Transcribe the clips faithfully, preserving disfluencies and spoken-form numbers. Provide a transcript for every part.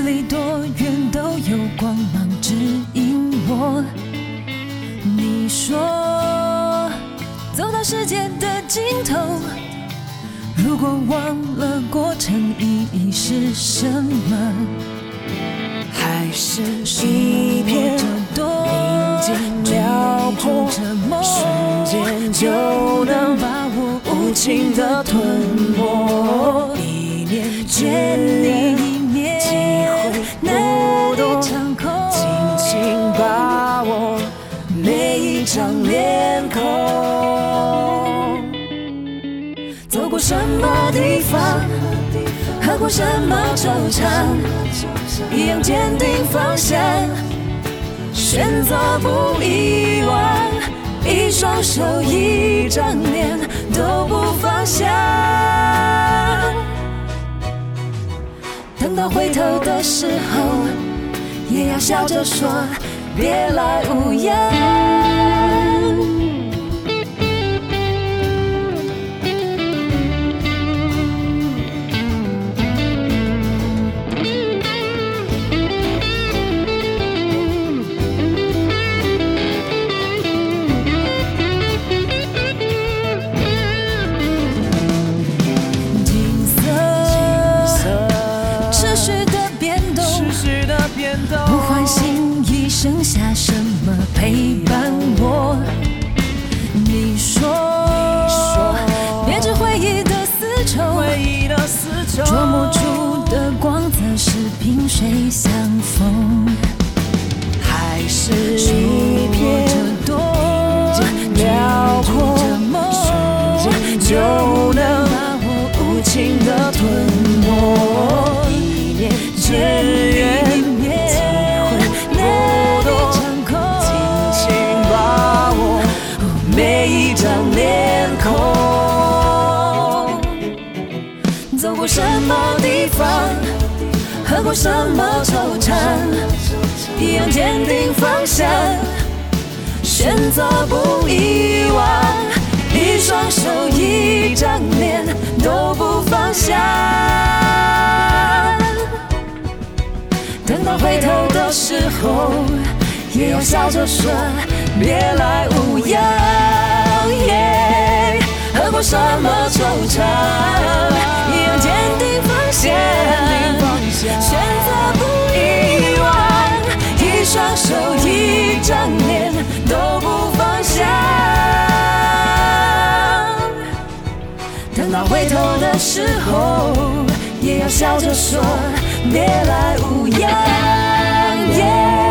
离多远都有光芒指引我。你说走到世界的尽头，如果忘了过程意义是什么， 还是一片宁静辽阔，瞬间就能把我无情的吞没。一念见你一面，机会不多，紧紧把握每一张脸孔。走过什么地方，喝过什么惆怅，一样坚定方向，选择不遗忘，一双手一张脸都不放下。等到回头的时候，也要笑着说别来无恙。剩下什么陪伴我？你说，编织回忆的丝绸，琢磨出的光泽是萍水相逢，还是一片宁静辽阔，瞬间就能把我无情的吞没。一念之缘，每一张脸孔。走过什么地方，喝过什么惆怅，一样坚定方向，选择不遗忘，一双手一张脸都不放下。等到回头的时候，也要笑着说别来无恙。yeah, 喝过什么惆怅，一样坚定方向，选择不遗忘，一双手一张脸都不放下。等到回头的时候，也要笑着说别来无恙。yeah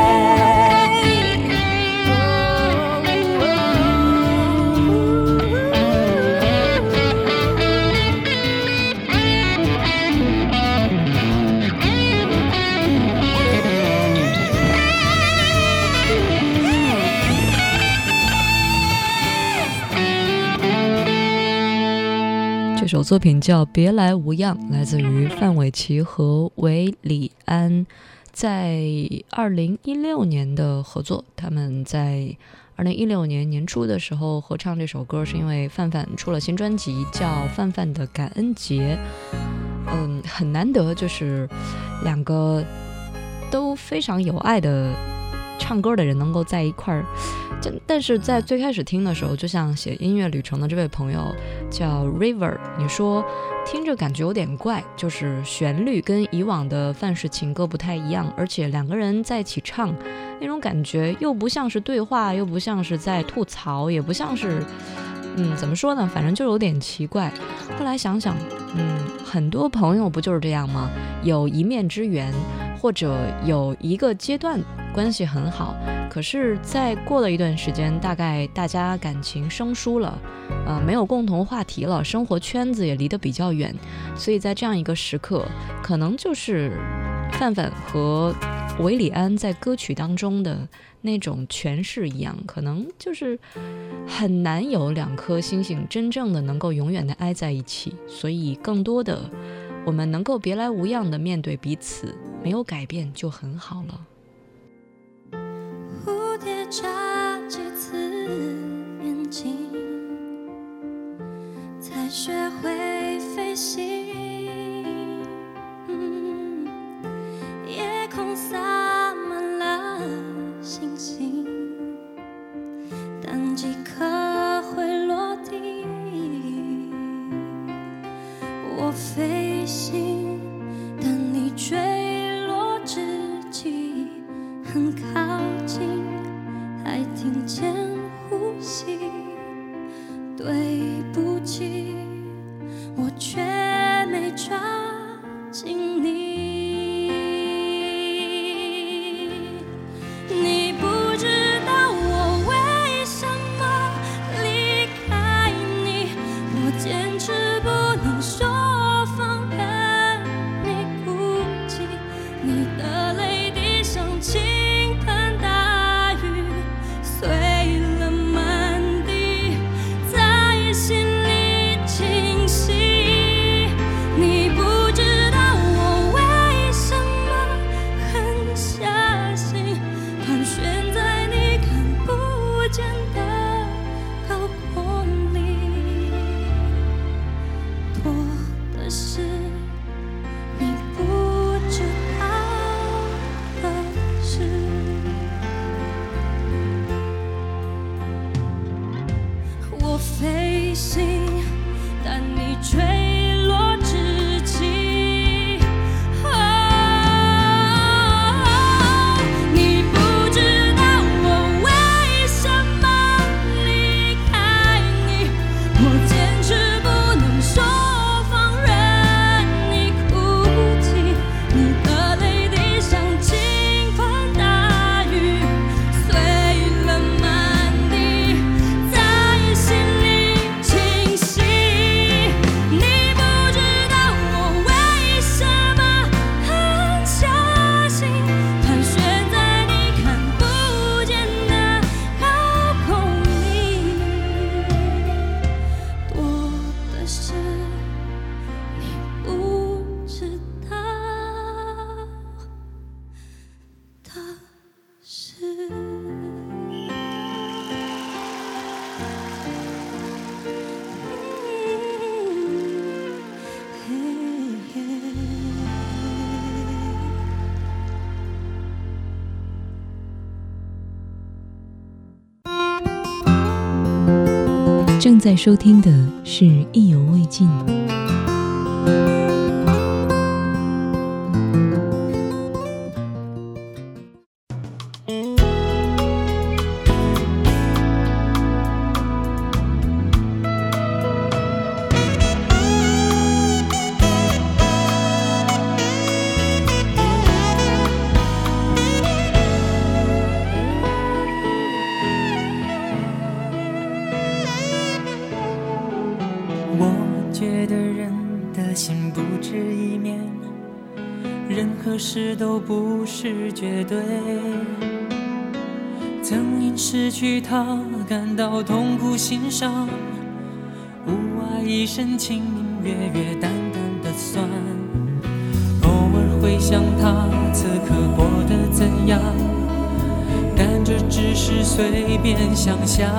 这首作品叫《别来无恙》，来自于范玮琪和韦礼安，在二零一六年的合作。他们在二零一六年年初的时候合唱这首歌，是因为范范出了新专辑叫《范范的感恩节》。嗯，很难得，就是两个都非常有爱的唱歌的人能够在一块儿。但是在最开始听的时候，就像写音乐旅程的这位朋友叫 River， 你说听着感觉有点怪，就是旋律跟以往的范式情歌不太一样，而且两个人在一起唱那种感觉又不像是对话，又不像是在吐槽，也不像是嗯，怎么说呢，反正就有点奇怪。后来想想，嗯，很多朋友不就是这样吗？有一面之缘，或者有一个阶段关系很好，可是在过了一段时间，大概大家感情生疏了，呃，没有共同话题了，生活圈子也离得比较远，所以在这样一个时刻，可能就是范范和韦礼安在歌曲当中的那种诠释一样，可能就是很难有两颗星星真正的能够永远的挨在一起，所以更多的我们能够别来无恙的面对彼此，没有改变就很好了。 蝴蝶眨几次眼睛，才学会飞行，嗯，也飞行，但你坠落之际很靠近，还听见呼吸。对不起，我却没抓紧你。你不知道我为什么离开你，我坚持不能说放任你哭泣，你的泪滴像倾盆大雨，碎了满地，在心里清晰。你不知道我为什么狠下心，盘旋在你看不见的高空里，多的是你不知道的事。我飞行，但你坠落之际，哦，你不知道我为什么离开你，我坚持不能说放任你哭泣，你的泪滴像倾盆大雨，碎了满地，在心里清晰。你不知道我为什么狠下心，盘旋在你看不见的高空里，多的是你不知道的事。 正在收听的是《意犹未尽》。 我觉得人的心不止一面，任何事都不是绝对。曾因失去他感到痛苦心伤，无爱一身情明月月淡淡的酸。偶尔会想他此刻过得怎样，但这只是随便想象。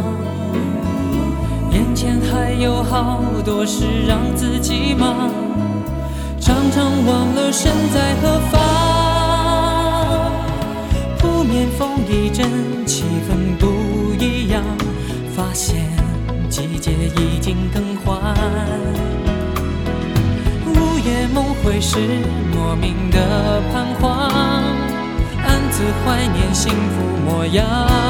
眼前还有好多事让自己忙，常常忘了身在何方。扑面风一阵，气氛不一样，发现季节已经更换。午夜梦回时，莫名的彷徨，暗自怀念幸福模样。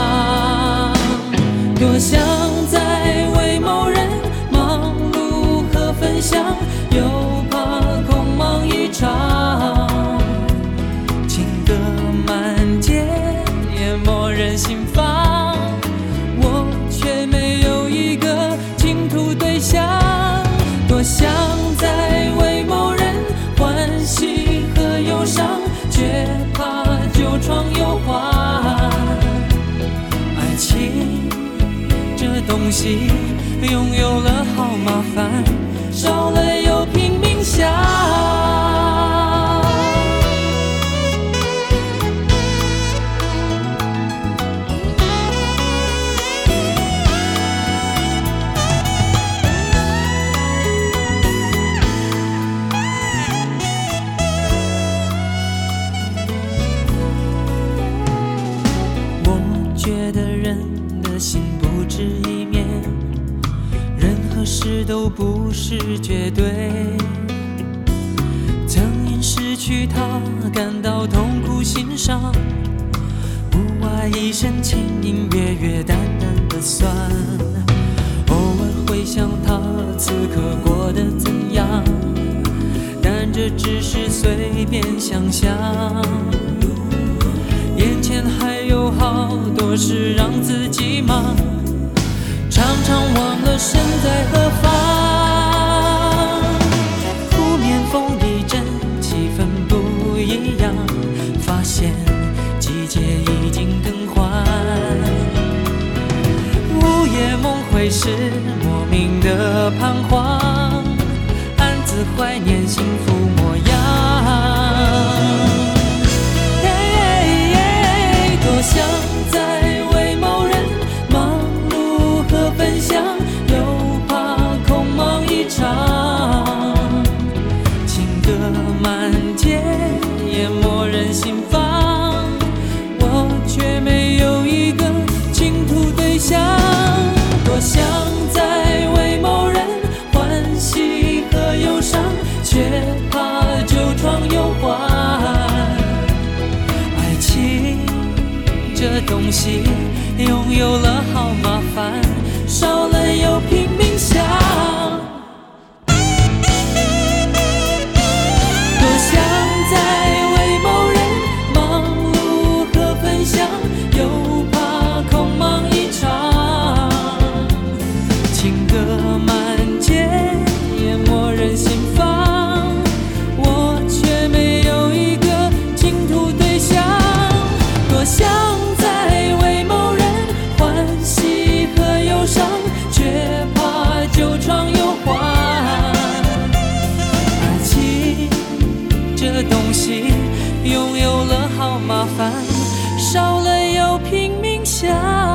多想再为某人忙碌和分享，又怕空忙一场。情歌满街，淹没人心房，我却没有一个倾吐对象。多想再为某人欢喜和忧伤，却怕旧床又换。爱情这东西拥有了好麻烦，少了又拼命想。我觉得人的心不止一面，任何事事都不是绝对。曾因失去他感到痛苦心伤，屋外一声轻隐约约淡淡的酸，偶尔回想他此刻过得怎样，但这只是随便想象。眼前还有好多事让自己忙，常常忘了身在何方。扑面风一阵，气氛不一样，发现季节已经更换。午夜梦回时，莫名的彷徨，暗自怀念幸福模样。多想再为某人忙碌和分享，又怕空忙一场。情歌满街淹没人心房，我却没有一个倾吐对象。多想再为某人欢喜和忧伤，却怕旧床又换。爱情这东西拥有了好麻烦，少了又拼命想。多想再为某人忙碌和分享，又怕空忙一场。情歌满街淹没人心房，我却没有一个倾吐对象。多想却怕旧床又换。爱情这东西拥有了好麻烦，少了又拼命想。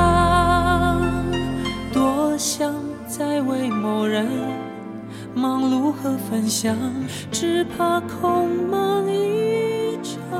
多想再为某人忙碌和分享，只怕空忙一场。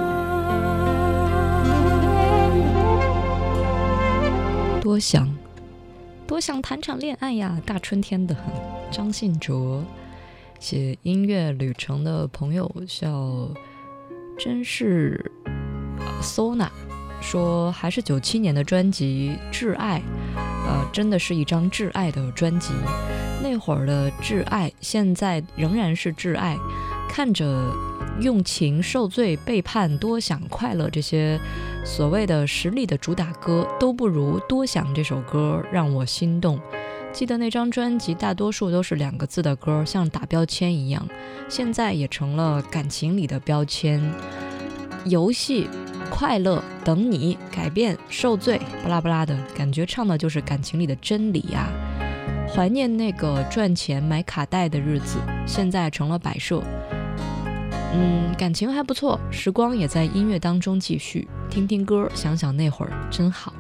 多想多想谈场恋爱呀，大春天的。张信哲写音乐旅程的朋友叫真是 Sona 说，还是九七年的专辑《挚爱》，呃，真的是一张挚爱的专辑。那会儿的挚爱，现在仍然是挚爱。看着用情、受罪、背叛、多想、快乐这些所谓的实力的主打歌，都不如多想这首歌让我心动。记得那张专辑大多数都是两个字的歌，像打标签一样，现在也成了感情里的标签。游戏、快乐、等你、改变、受罪，巴拉巴拉的感觉，唱的就是感情里的真理呀、啊。怀念那个赚钱买卡带的日子，现在成了摆设。嗯，感情还不错，时光也在音乐当中继续，听听歌，想想那会儿真好。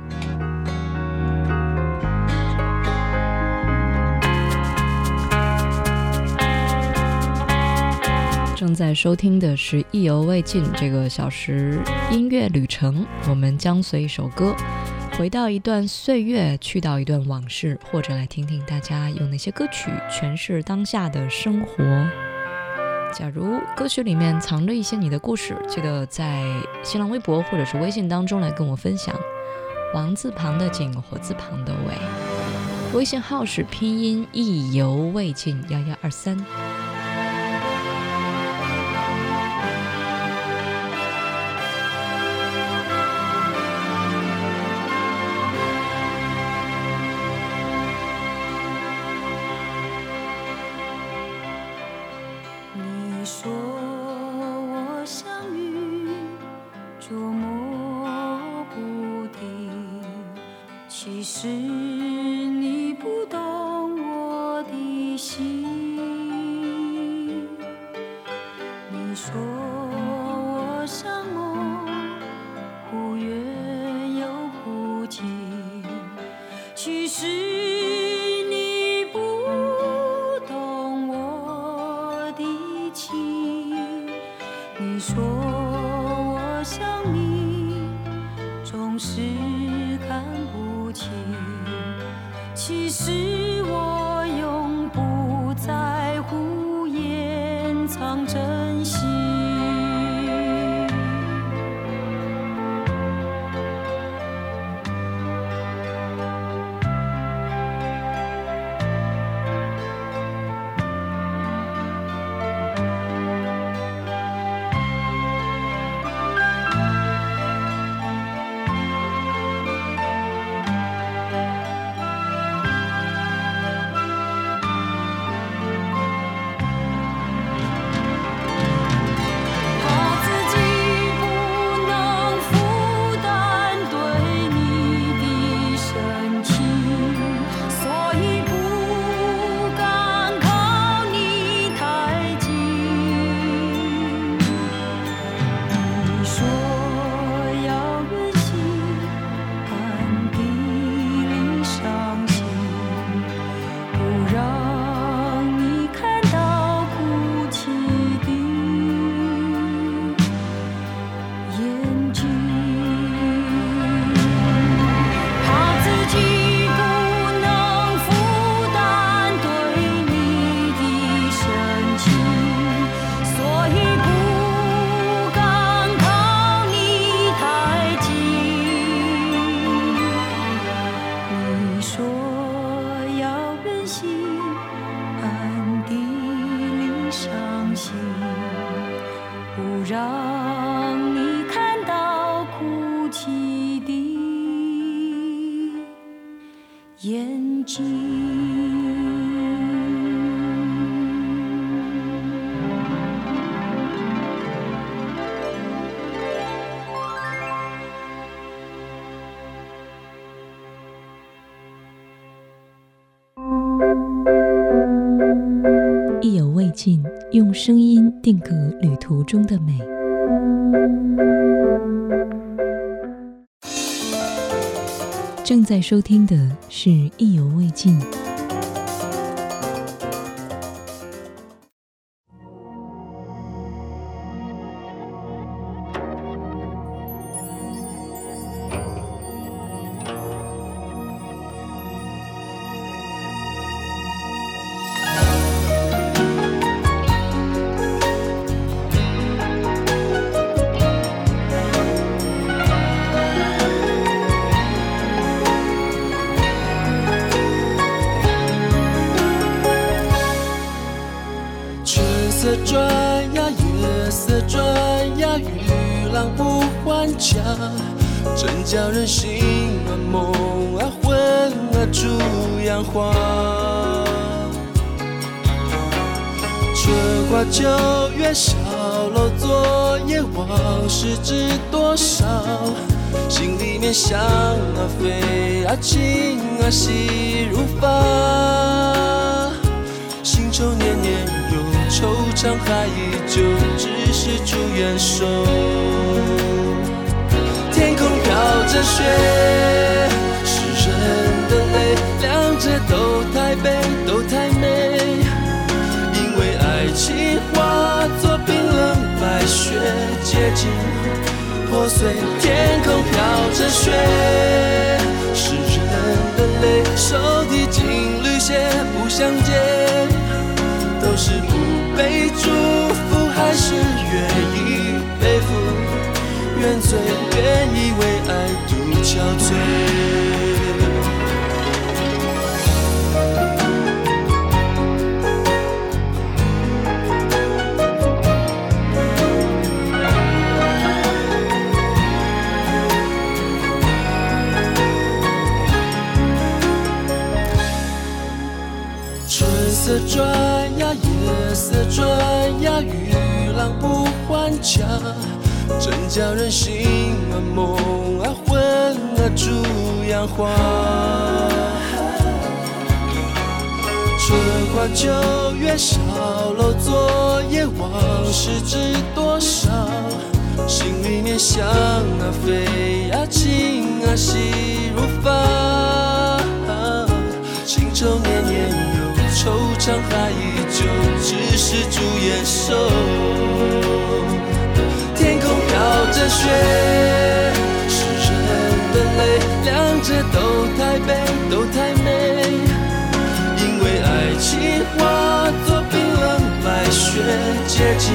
正在收听的是意犹未尽这个小时音乐旅程，我们将随一首歌回到一段岁月，去到一段往事，或者来听听大家用哪些歌曲诠释当下的生活。假如歌曲里面藏着一些你的故事，记得在新浪微博或者是微信当中来跟我分享。王字旁的景，火字旁的伟，微信号是拼音意犹未尽幺幺二三。 其实我用样珍惜。 意犹未尽，用声音定格旅途中的美。正在收听的是意犹未尽。 真叫人心啊梦啊魂啊逐样化。春花秋月小楼昨夜往事知多少，心里面想啊飞啊情啊细如发，新愁年年有惆怅还依旧，只是朱颜瘦。天空飘着雪，诗人的泪，两者都太悲，都太美。因为爱情化作冰冷白雪，结晶破碎。天空飘着雪，诗人的泪，手提金缕鞋不相见，都是不被祝福，还是愿意背负原罪，愿意为爱独憔悴。春色转呀，夜色转呀，与浪不还家，真叫人心啊梦啊魂啊逐样化。春花秋月小楼昨夜往事知多少，心里面想啊飞啊情啊细如发，新愁年年有惆怅还依旧，只是朱颜瘦。天空飘着雪，诗人的泪，两者都太悲，都太美。因为爱情化作冰冷白雪，结晶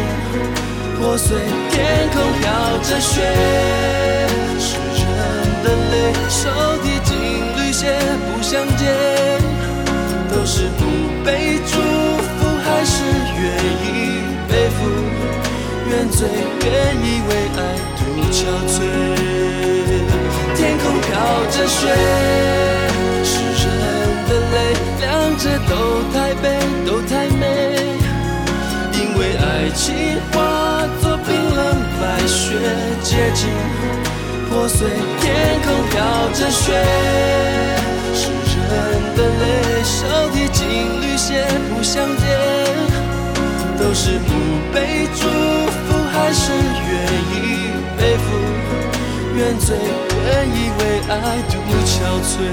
破碎，天空飘着雪，诗人的泪，手提金缕鞋不相见，都是不被祝福，还是愿意背负原罪，愿意为爱独憔悴。天空飘着雪，诗人的泪，两者都太悲，都太美，因为爱情化作冰冷白雪，结晶破碎，天空飘着雪，诗人的泪，手提金缕鞋不相见，都是不被祝福，还是愿意背负原罪，愿意为爱独憔悴。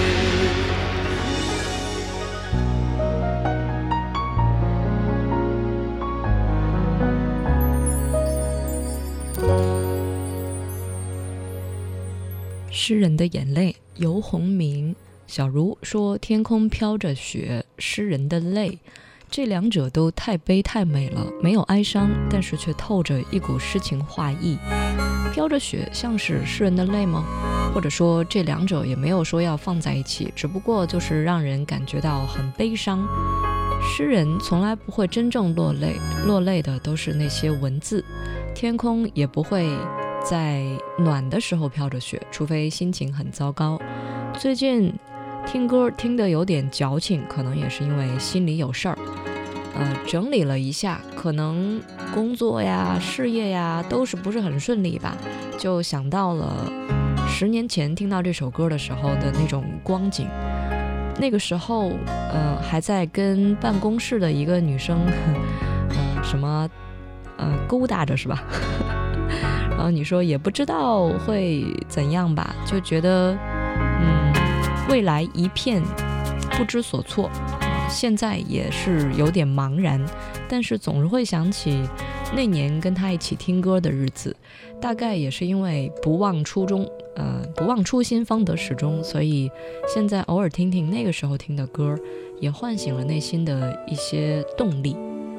诗人的眼泪，游鸿明。小茹说天空飘着雪，诗人的泪，这两者都太悲太美了，没有哀伤，但是却透着一股诗情画意。飘着雪像是诗人的泪吗？或者说这两者也没有说要放在一起，只不过就是让人感觉到很悲伤。诗人从来不会真正落泪，落泪的都是那些文字。天空也不会在暖的时候飘着雪，除非心情很糟糕。最近听歌听得有点矫情，可能也是因为心里有事儿。呃，整理了一下，可能工作呀、事业呀都是不是很顺利吧，就想到了十年前听到这首歌的时候的那种光景。那个时候，呃，还在跟办公室的一个女生，呃，什么，呃，勾搭着是吧？然后你说也不知道会怎样吧，就觉得，嗯，未来一片不知所措。现在也是有点茫然，但是总是会想起那年跟他一起听歌的日子，大概也是因为不忘初衷，呃，不忘初心方得始终，所以现在偶尔听听那个时候听的歌，也唤醒了内心的一些动力。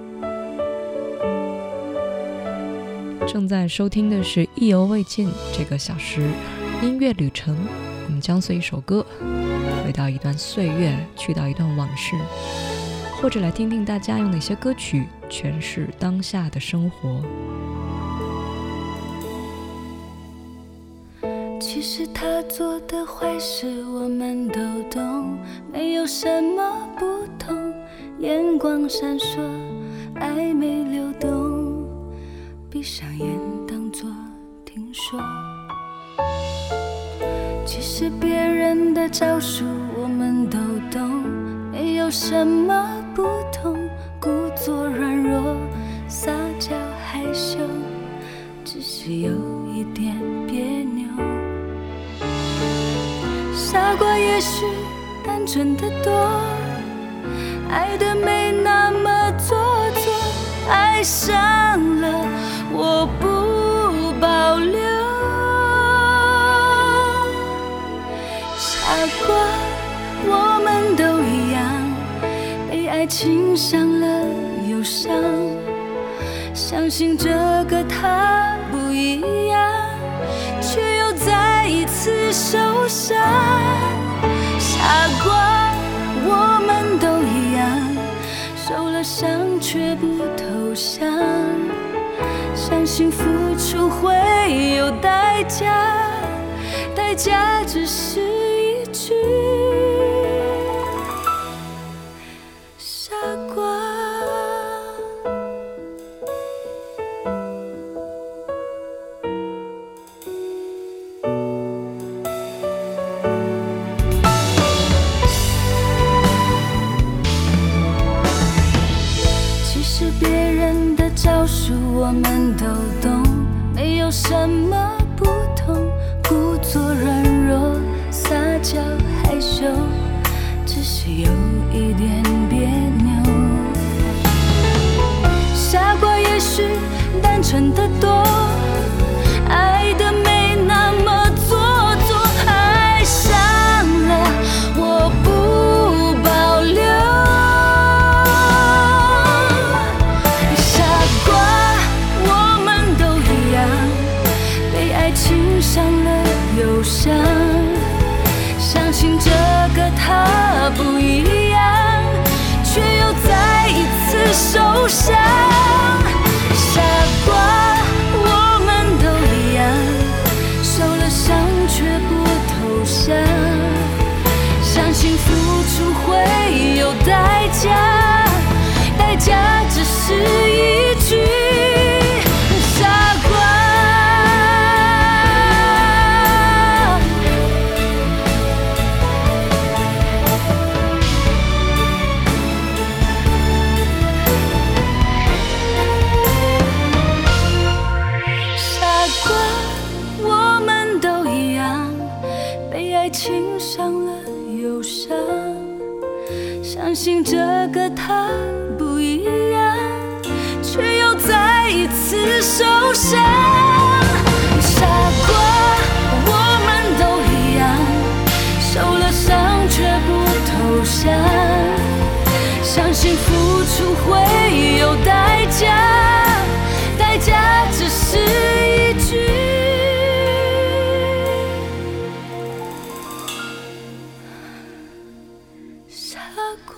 正在收听的是意犹未尽这个小时音乐旅程，我们将随一首歌回到一段岁月，去到一段往事，或者来听听大家用哪些歌曲诠释当下的生活。 其实他做的坏事我们都懂，没有什么不同，眼光闪烁，暧昧流动，闭上眼当作听说。其实别人的招数我们都懂，没有什么不同，故作软弱，撒娇害羞，只是有一点别扭。傻瓜也许单纯的多，爱的没那么做作，爱上了我不保留。傻瓜，我们都一样，被爱情伤了忧伤，相信这个他不一样，却又再一次受伤。傻瓜，我们都一样，受了伤却不投降，相信付出会有代价，代价只是一句傻瓜。其实别人的招数我们都懂，没有什么不同，故作软弱，撒娇害羞，只是有一点别扭。傻瓜也许单纯的多，爱的没那么做作，爱上了我不保留。傻瓜，我们相信这个他不一样，却又再一次受伤。傻瓜，我们都一样，受了伤却不投降，相信付出会有代价，代价只是一句傻瓜。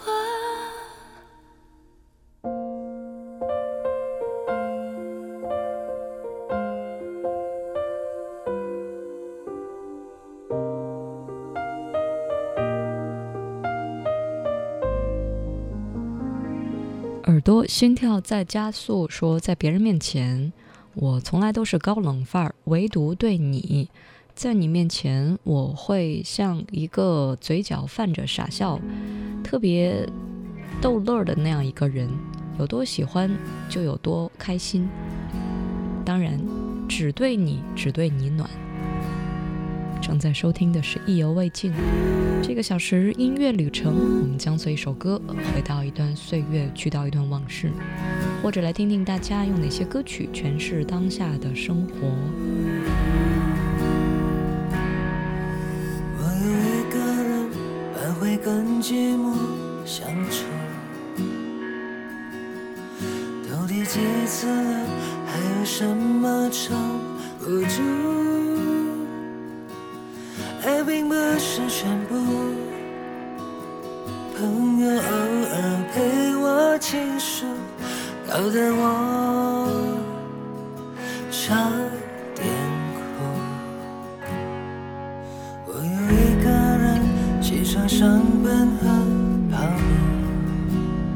耳朵心跳在加速，说在别人面前我从来都是高冷范儿，唯独对你，在你面前我会像一个嘴角泛着傻笑特别逗乐的那样一个人，有多喜欢就有多开心，当然只对你只对你暖。正在收听的是意犹未尽这个小时音乐旅程，我们将随一首歌回到一段岁月，去到一段往事，或者来听听大家用哪些歌曲诠释当下的生活。 我有一个人伴会跟寂寞相处，到底几次了，还有什么撑不住？爱并不是全部，朋友偶尔陪我倾诉，搞得我差点哭。我有一个人起床上班和跑步，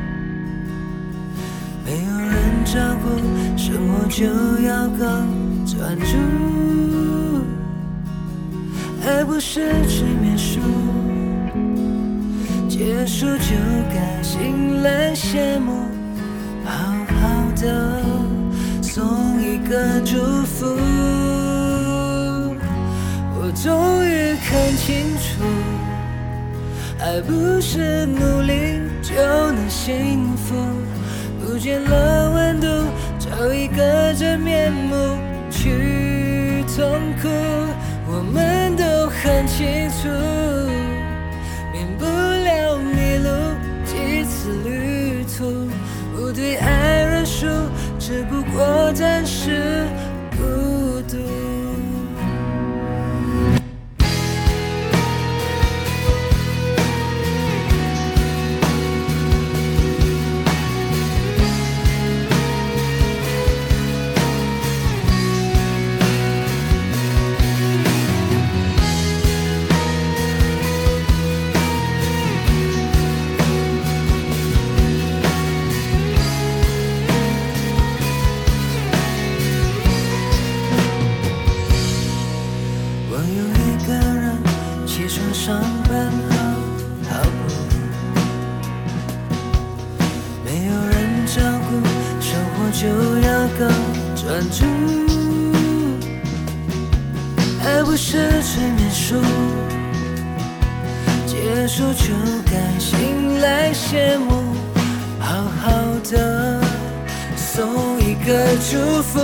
没有人照顾，生活就要更专注。爱不是催眠术，结束就该欣然谢幕，好好的送一个祝福。我终于看清楚，爱不是努力就能幸福，不见了温度，找一个真面目去痛苦。我们都很清楚，免不了迷路几次旅途，不对爱认输，只不过暂时孤独。上班和跑步，没有人照顾，生活就要更专注。爱不是催眠术，结束就该醒来谢幕，好好的送一个祝福。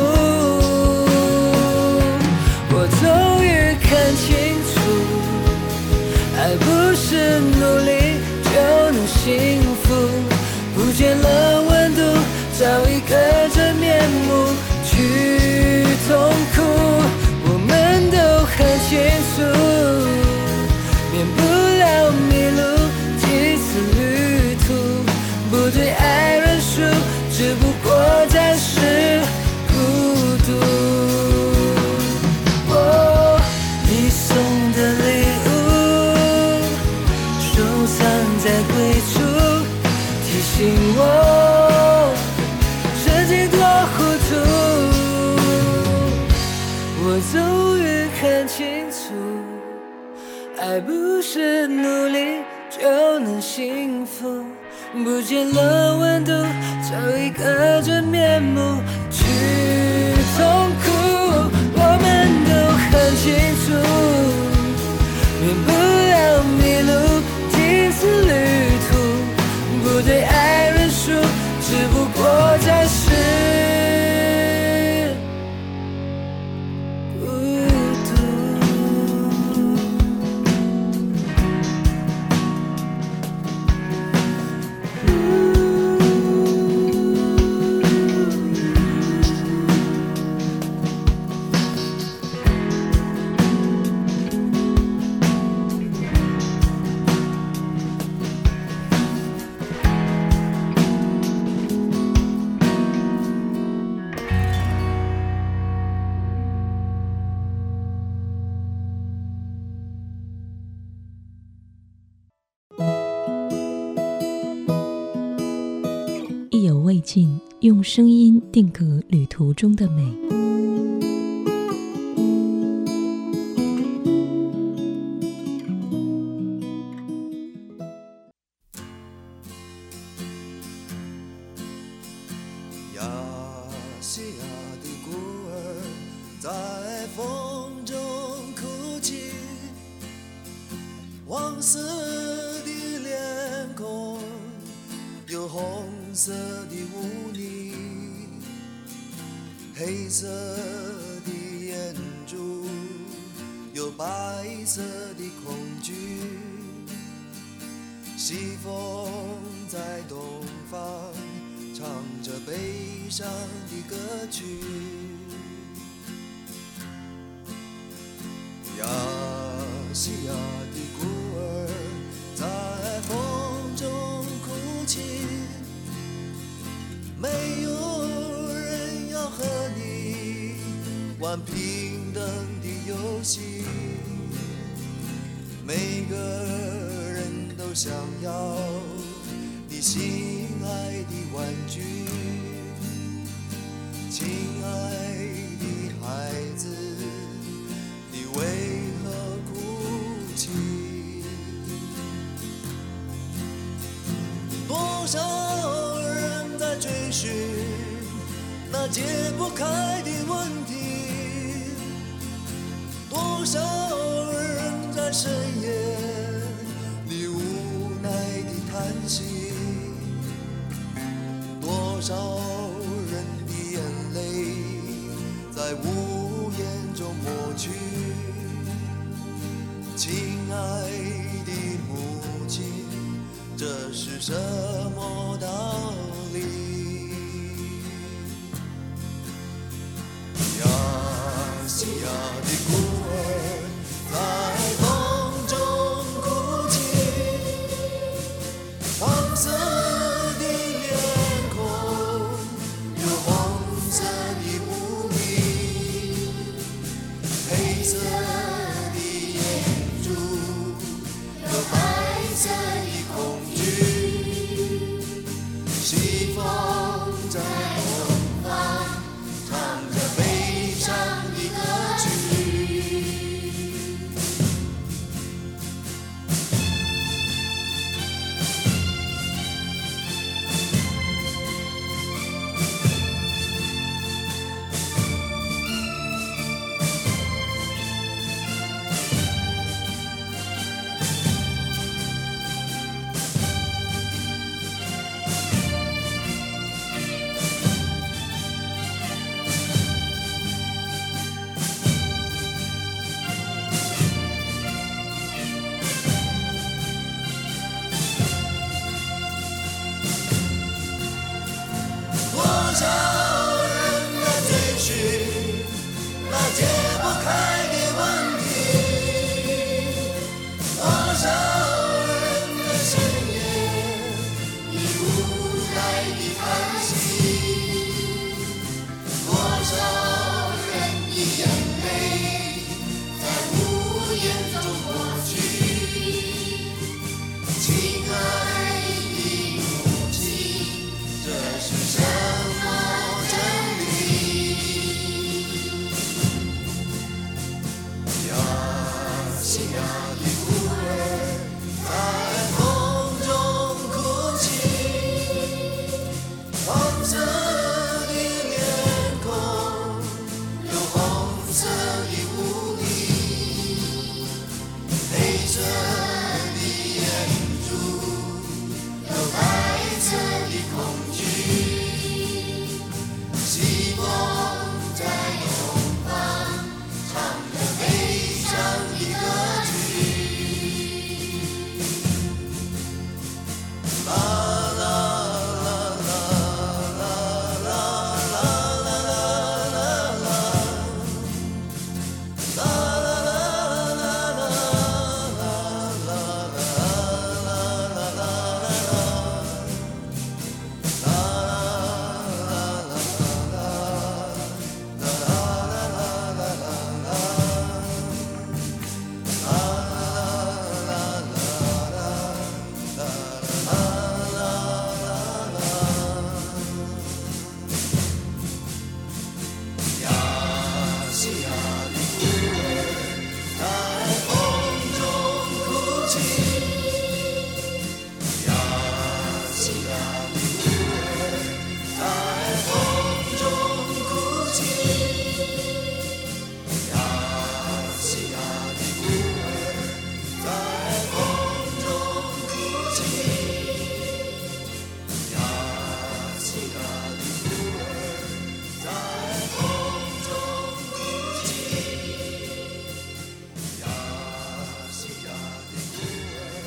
我终于看清楚，爱不是努力就能幸福，不见了温度，找一个真面目去痛苦。我们都很清楚，免不了迷路几次旅途，不对爱认输，只不过暂时孤独。哦，你送的礼物收藏在柜处，提醒我曾经多糊涂。我终于看清楚，爱不是努力就能幸福，不见了温度，找一个真面目去痛苦。我们都很清楚，免不了迷路几次旅途， 未尽，用声音定格旅途中的美。 亚细亚的孤儿在风中哭泣，黄色的脸孔有红色的污泥，黑色的眼珠有白色的恐惧，西风在东方唱着悲伤的歌曲，亚细亚的孤儿在风中哭泣，没有人要和你玩平等的游戏，每个人都想要你心爱的玩具，亲爱的孩子，你为何哭泣？多少人在追寻那解不开的问题，多少人在深夜里无奈的叹息，多少人的眼泪在无言中抹去，亲爱的母亲，这是什么道理？亚细亚的孤儿在风中哭泣，黄色的脸孔有红色的污泥，黑色的眼珠有白色的恐惧，西风在东方唱着悲伤的歌曲。多少人在追寻那解不开的问题，多少人在深夜里无奈的叹息，多少人的眼泪在无言中抹去，亲爱的母亲，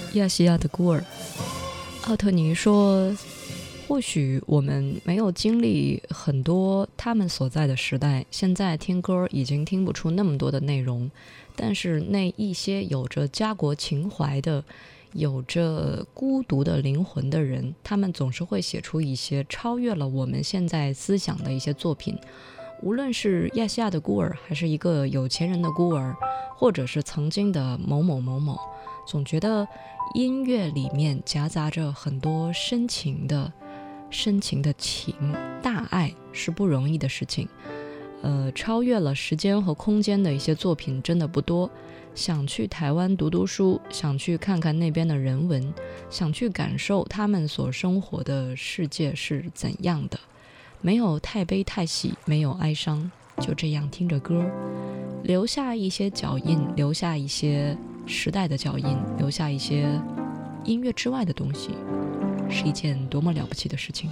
亚细亚的孤儿。奥特尼说，或许我们没有经历很多他们所在的时代，现在听歌已经听不出那么多的内容，但是那一些有着家国情怀的，有着孤独的灵魂的人，他们总是会写出一些超越了我们现在思想的一些作品。无论是亚细亚的孤儿，还是一个有钱人的孤儿，或者是曾经的某某某某，总觉得音乐里面夹杂着很多深情的深情的情，大爱是不容易的事情。呃，超越了时间和空间的一些作品真的不多。想去台湾读读书，想去看看那边的人文，想去感受他们所生活的世界是怎样的。没有太悲太喜，没有哀伤，就这样听着歌，留下一些脚印，留下一些时代的脚印，留下一些音乐之外的东西，是一件多么了不起的事情。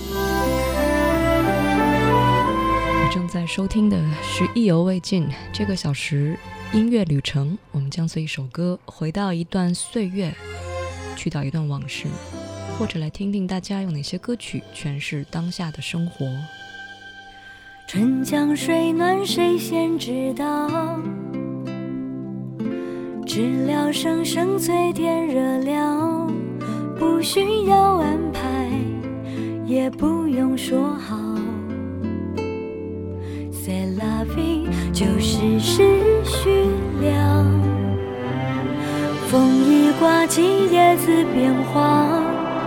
你正在收听的是意犹未尽这个小时音乐旅程，我们将随一首歌回到一段岁月，去到一段往事，或者来听听大家用哪些歌曲诠释当下的生活。 春江水暖谁先知道，知了声声催天热了，不需要安排，也不用说好， C'est la vie 就是时序了。风一刮起叶子变黄，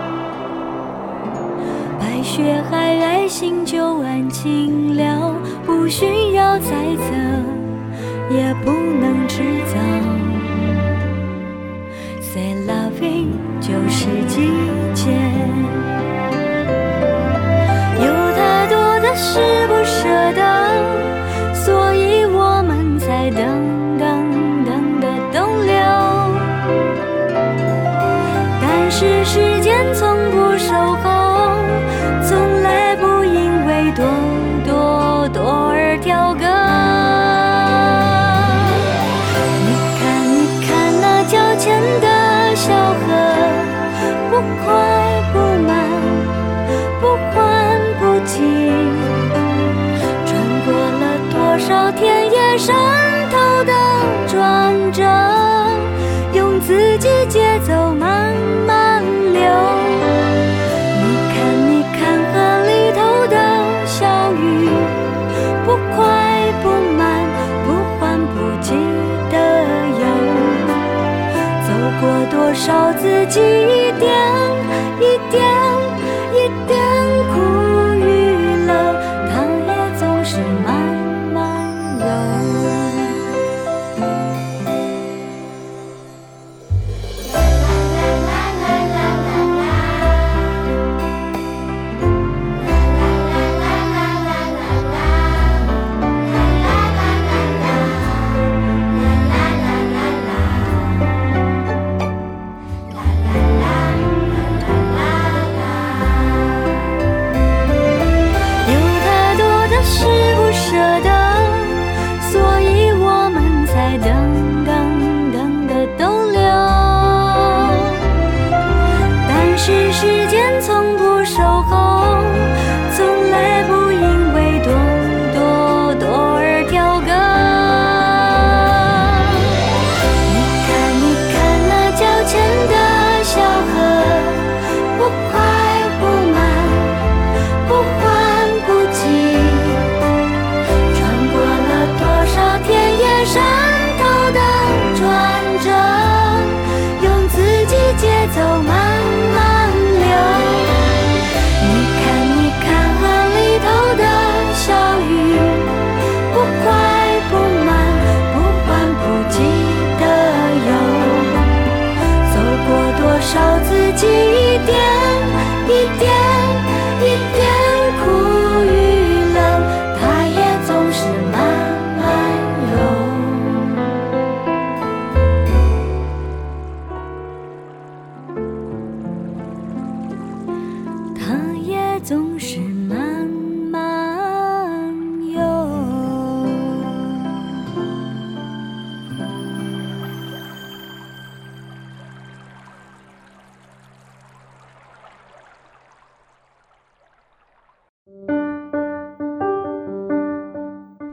白雪皑皑心就安静了，不需要猜测，也不能制造。C'est la vie 就是季节，有太多的事不舍得，所以我们才等等等的东流。但是时间从不守候，从来不因为多多多而跳歌。你看你看那脚前的小河，不快不慢，不缓不急，穿过了多少田野山头的转折，用自己节奏慢慢流。你看你看河里头的小鱼，不快不慢，不缓不急的游，走过多少自己一点一点一点苦与乐，它也总是慢慢游。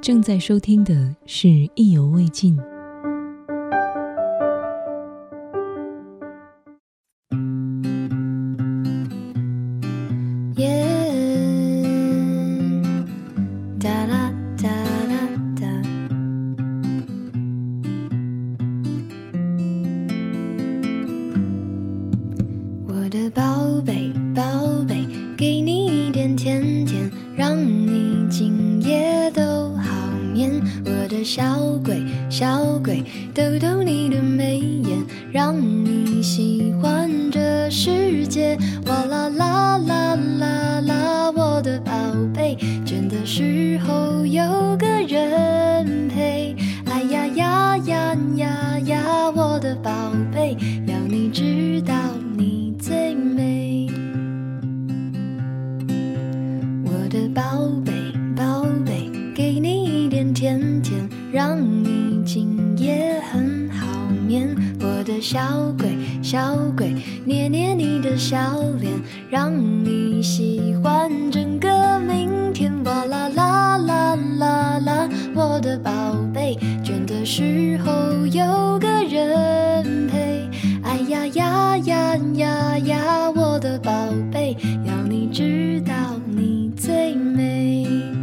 正在收听的是意犹未尽。 我的宝贝宝贝，给你一点甜甜，让你今夜都好眠。我的小鬼小鬼，逗逗你的眉眼，让你喜欢这世界。哇啦啦啦啦啦，我的宝贝，倦的时候有个人陪。哎呀呀呀呀呀，我的宝贝，要你知道你最美。我的宝贝宝贝，给你一点甜甜，让你今夜很好眠。我的小鬼小鬼，捏捏你的笑脸，让你喜欢整个明天。哇啦啦啦啦啦，我的宝贝，倦的时候有个人陪。哎呀呀呀呀呀，我的宝贝，要你知道你最美。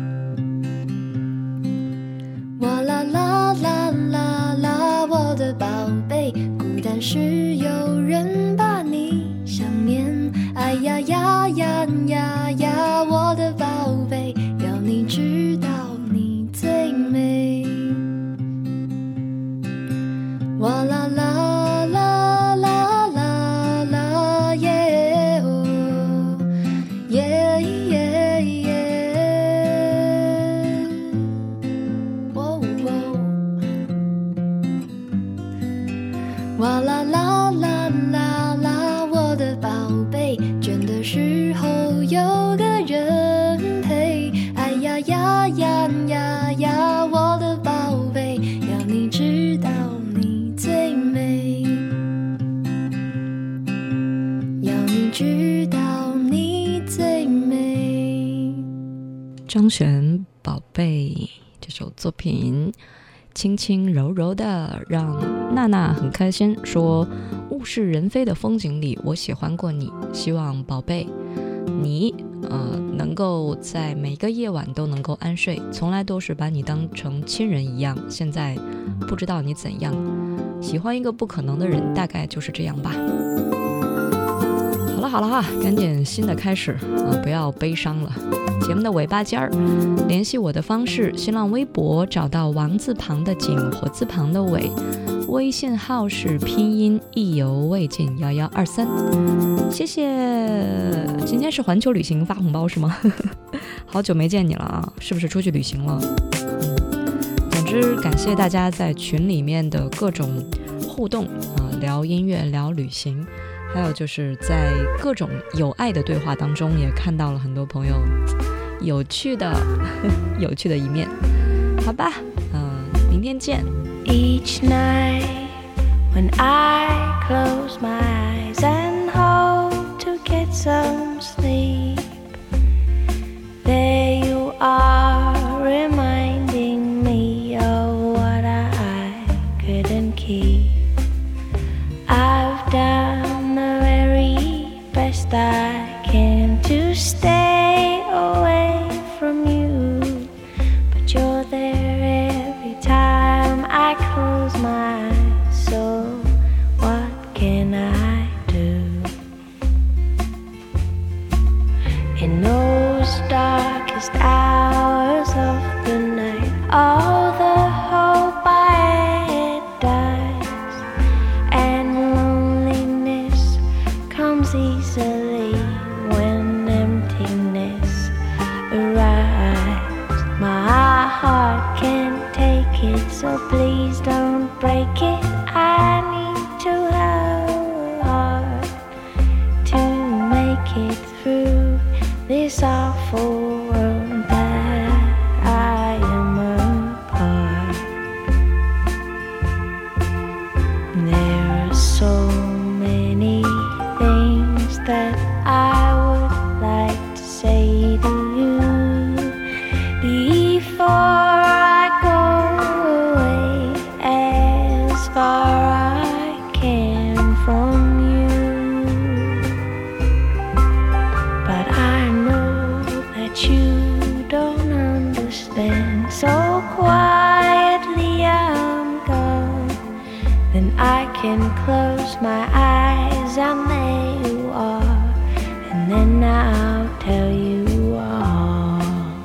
哇啦啦啦啦啦，我的宝贝，孤单时有人把你想念。哎呀呀呀呀呀，我的宝贝，要你知道你最美。哇啦啦啦啦啦啦耶哦耶耶耶，哦哦，哇啦啦啦啦啦，我的宝贝，倦的时候有个人陪。哎呀呀呀呀呀，我的宝贝，要你知道你最美，要你知道你最美。 张悬《宝贝》这首作品轻轻柔柔的让娜娜很开心，说物是人非的风景里我喜欢过你，希望宝贝你呃能够在每个夜晚都能够安睡，从来都是把你当成亲人一样，现在不知道你怎样，喜欢一个不可能的人，大概就是这样吧。好了好了哈，赶紧新的开始啊、呃，不要悲伤了。节目的尾巴尖儿，联系我的方式：新浪微博找到王字旁的景，火字旁的伟，微信号是拼音意犹未尽幺幺二三。谢谢。今天是环球旅行发红包是吗？好久没见你了啊，是不是出去旅行了？嗯，总之感谢大家在群里面的各种互动啊、呃，聊音乐，聊旅行。还有就是在各种有爱的对话当中，也看到了很多朋友有趣的有趣的一面。好吧，嗯、呃，明天见。 Each night when I close my eyes and hope to get some sleep, there you are reminding me of what I couldn't keep. I've done the very best I can to stay away from you, but you're there every time I close my eyes, so what can I do? In those darkest hours of the night, all the hope I had dies, and loneliness comes easily when emptiness arrives. My heart can't take it, so please don't break it. I need to have a heart to make it through this awful world that I am a part. There are so many things that I would like to say to you before I I'll tell you all.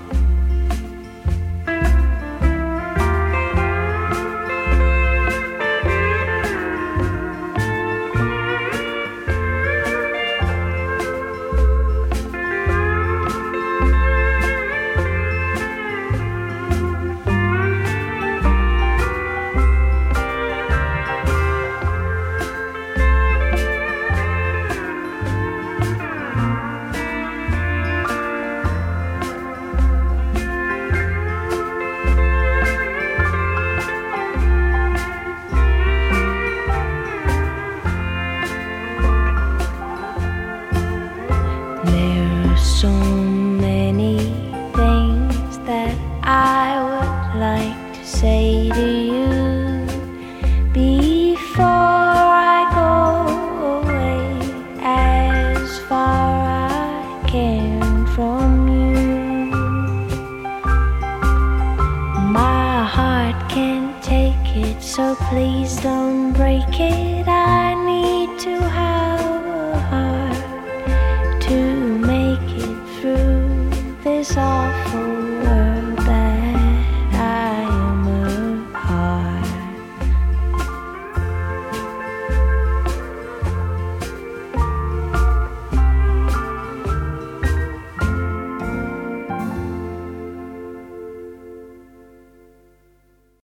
So please don't break it. I need to have a heart to make it through this awful